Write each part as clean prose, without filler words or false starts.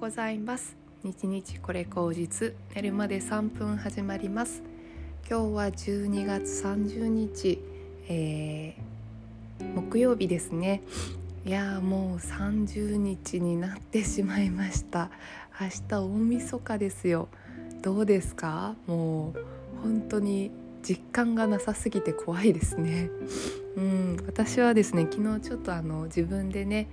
ございます。日々これ口実、寝るまで3分始まります。今日は12月30日、木曜日ですね。いやもう30日になってしまいました。明日大晦日ですよ。どうですか？もう本当に実感がなさすぎて怖いですね。私はですね、昨日ちょっと自分でね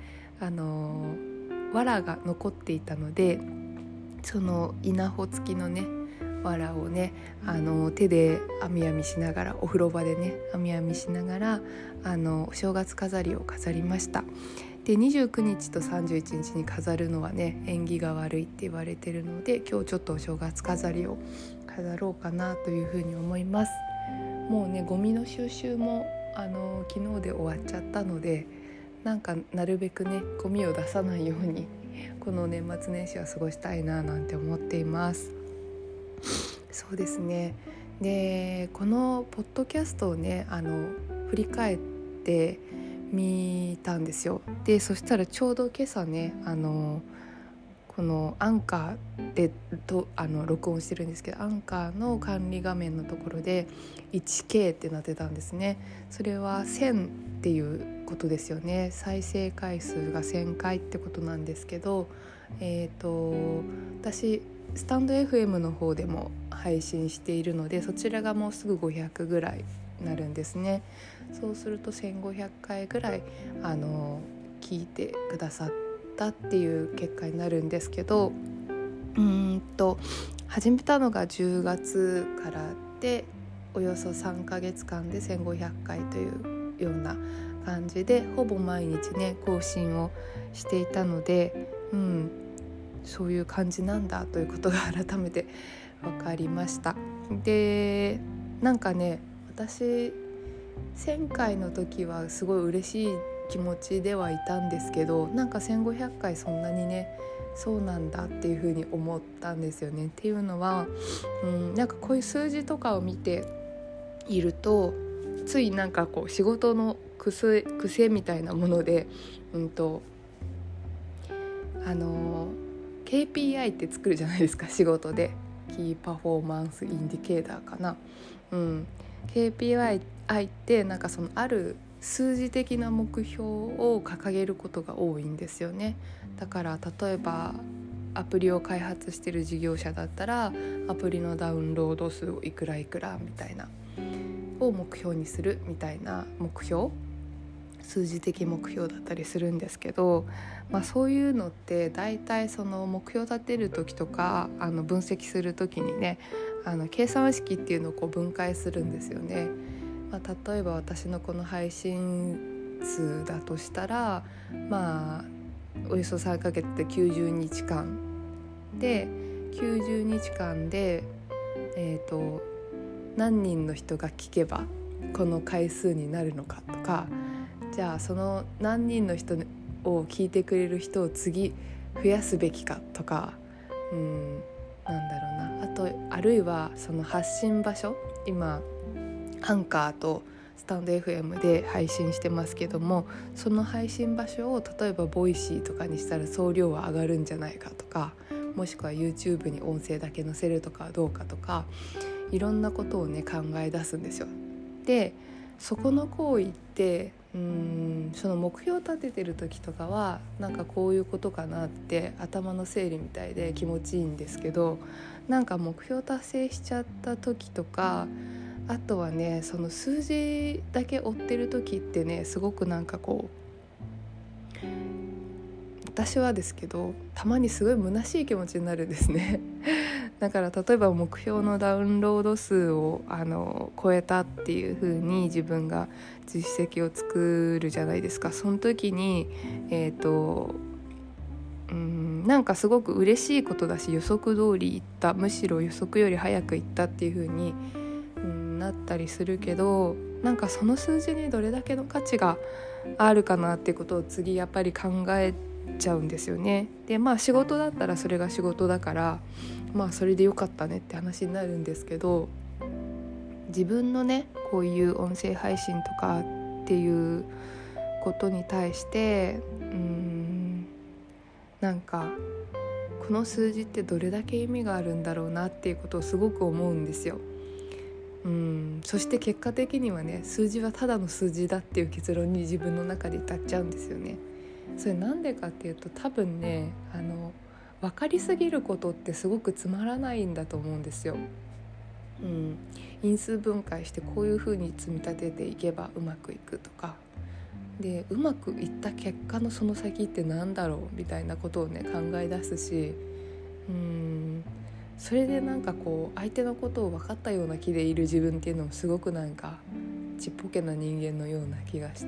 藁が残っていたので、その稲穂付きのね藁をね手で編み編みしながら、お風呂場でね編み編みしながらお正月飾りを飾りました。で29日と31日に飾るのはね縁起が悪いって言われてるので、今日ちょっとお正月飾りを飾ろうかなというふうに思います。もうねゴミの収集も昨日で終わっちゃったので、なるべくねゴミを出さないようにこの年末年始は過ごしたいななんて思っています。そうですね。でこのポッドキャストをね振り返ってみたんですよ。でそしたらちょうど今朝ねこのアンカーで録音してるんですけど、アンカーの管理画面のところで 1K ってなってたんですね。それは1000っていうことですよね。再生回数が1000回ってことなんですけど、私スタンド FM の方でも配信しているので、そちらがもうすぐ500ぐらいなるんですね。そうすると1500回ぐらい聞いてくださったっていう結果になるんですけど、始めたのが10月からで、およそ3ヶ月間で1500回というような感じで、ほぼ毎日ね更新をしていたので、そういう感じなんだということが改めて分かりました。で私1000回の時はすごい嬉しい気持ちではいたんですけど、1500回そんなにねそうなんだっていう風に思ったんですよね。っていうのは、こういう数字とかを見ていると、つい仕事の癖みたいなもので、KPI って作るじゃないですか、仕事で。キーパフォーマンスインディケーターかな。KPI ってそのある数字的な目標を掲げることが多いんですよね。だから例えばアプリを開発している事業者だったら、アプリのダウンロード数をいくらいくらみたいなを目標にするみたいな目標、数字的目標だったりするんですけど、そういうのって大体その目標を立てる時とか分析する時にね計算式っていうのを分解するんですよね。例えば私のこの配信数だとしたら、およそ3ヶ月で90日間で、90日間で何人の人が聞けばこの回数になるのかとか、じゃあその何人の人を聞いてくれる人を次増やすべきかとか、あるいはその発信場所、今アンカーとスタンド FM で配信してますけども、その配信場所を例えばボイシーとかにしたら送料は上がるんじゃないかとか、もしくは YouTube に音声だけ載せるとかはどうかとか、いろんなことをね考え出すんですよ。でそこの行為ってその目標を立ててる時とかはこういうことかなって頭の整理みたいで気持ちいいんですけど、目標達成しちゃった時とか、あとはねその数字だけ追ってる時ってね、すごく私はですけどたまにすごい虚しい気持ちになるんですね。だから例えば目標のダウンロード数を超えたっていう風に自分が実績を作るじゃないですか。その時にすごく嬉しいことだし、予測通りいった、むしろ予測より早くいったっていう風になったりするけど、その数字にどれだけの価値があるかなっていうことを次やっぱり考えちゃうんですよね。で仕事だったらそれが仕事だからそれでよかったねって話になるんですけど、自分のねこういう音声配信とかっていうことに対してここの数字ってどれだけ意味があるんだろうなっていうことをすごく思うんですよ。そして結果的にはね、数字はただの数字だっていう結論に自分の中で至っちゃうんですよね。それなんでかっていうと、多分ね分かりすぎることってすごくつまらないんだと思うんですよ。因数分解してこういう風に積み立てていけばうまくいくとかで、うまくいった結果のその先ってなんだろうみたいなことをね考え出すし、それでなんかこう相手のことを分かったような気でいる自分っていうのもすごくなんかちっぽけな人間のような気がして、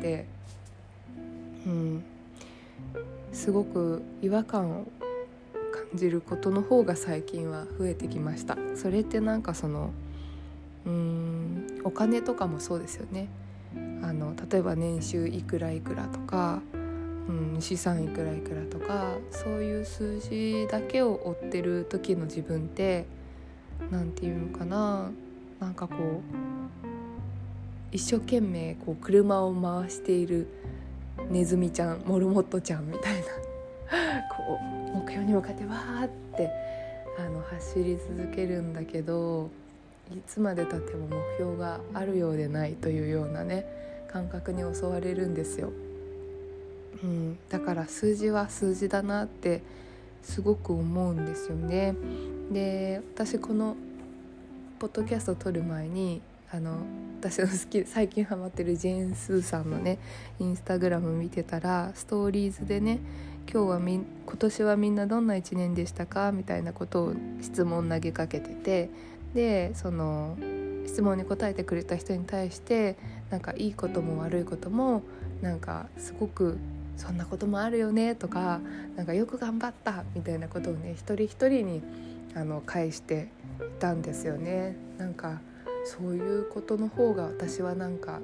すごく違和感を感じることの方が最近は増えてきました。それってなんかそのお金とかもそうですよね。例えば年収いくらいくらとか、資産いくらいくらとか、そういう数字だけを追ってる時の自分ってなんていうのかな、なんかこう一生懸命こう車を回しているネズミちゃん、モルモットちゃんみたいなこう目標に向かってわーって走り続けるんだけど、いつまで経っても目標があるようでないというようなね感覚に襲われるんですよ。だから数字は数字だなってすごく思うんですよね。で、私このポッドキャストを撮る前に私の最近ハマってるジェーン・スーさんのねインスタグラム見てたら、ストーリーズでね今年はみんなどんな1年でしたかみたいなことを質問投げかけてて、でその質問に答えてくれた人に対してなんかいいことも悪いこともなんかすごくそんなこともあるよねとか、なんかよく頑張ったみたいなことをね一人一人に返していたんですよね。なんかそういうことの方が私はなんか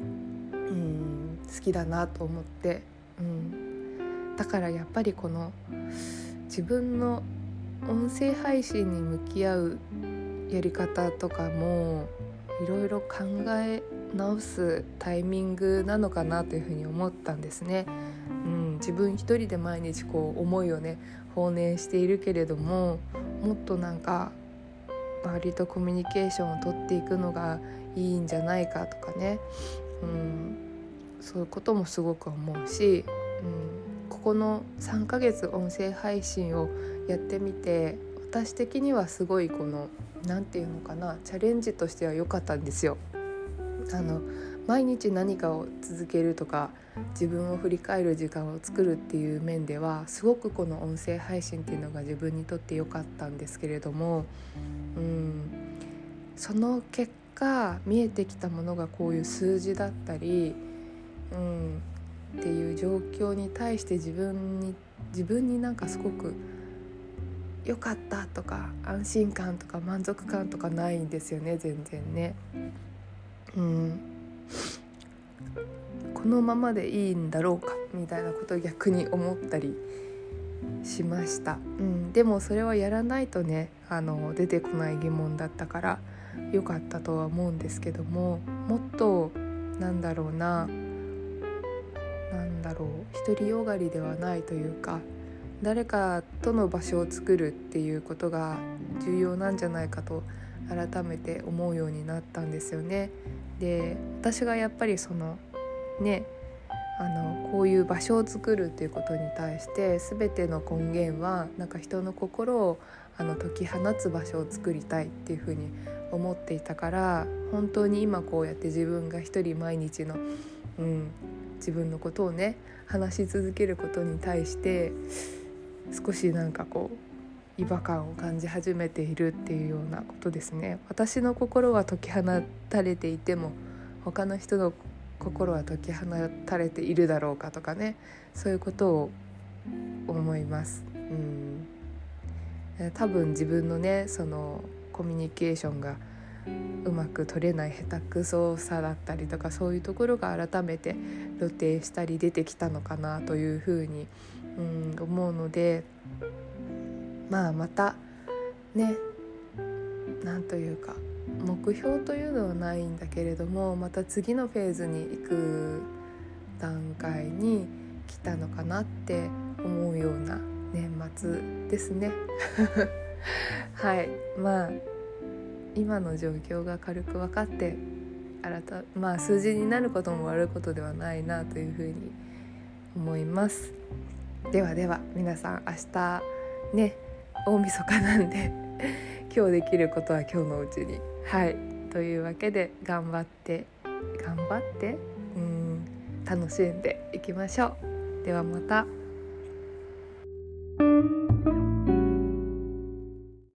好きだなと思って、だからやっぱりこの自分の音声配信に向き合うやり方とかもいろいろ考え直すタイミングなのかなというふうに思ったんですね。自分一人で毎日こう思いをね放念しているけれども、もっとなんか周りとコミュニケーションを取っていくのがいいんじゃないかとかね、そういうこともすごく思うし、ここの3ヶ月音声配信をやってみて、私的にはすごいこのなんていうのかな、チャレンジとしては良かったんですよ。毎日何かを続けるとか自分を振り返る時間を作るっていう面ではすごくこの音声配信っていうのが自分にとって良かったんですけれども、その結果見えてきたものがこういう数字だったり、っていう状況に対して自分になんかすごく良かったとか安心感とか満足感とかないんですよね、全然ね。このままでいいんだろうかみたいなことを逆に思ったりしました。でもそれはやらないとね出てこない疑問だったから良かったとは思うんですけども、もっと独りよがりではないというか、誰かとの場所を作るっていうことが重要なんじゃないかと改めて思うようになったんですよね。で、私がやっぱりそのねこういう場所を作るっていうことに対して全ての根源はなんか人の心を解き放つ場所を作りたいっていうふうに思っていたから、本当に今こうやって自分が一人毎日の、自分のことをね話し続けることに対して少しなんかこう違和感を感じ始めているっていうようなことですね。私の心は解き放たれていても他の人の心は解き放たれているだろうかとかね、そういうことを思います。多分自分のねそのコミュニケーションがうまく取れない下手くそさだったりとか、そういうところが改めて露呈したり出てきたのかなというふうに思うので、またね、なんというか目標というのはないんだけれども、また次のフェーズに行く段階に来たのかなって思うような年末ですねはい、今の状況が軽く分かって数字になることも悪いことではないなというふうに思います。ではでは皆さん、明日ね大晦日なんで今日できることは今日のうちに、というわけで頑張って楽しんでいきましょう。ではまた。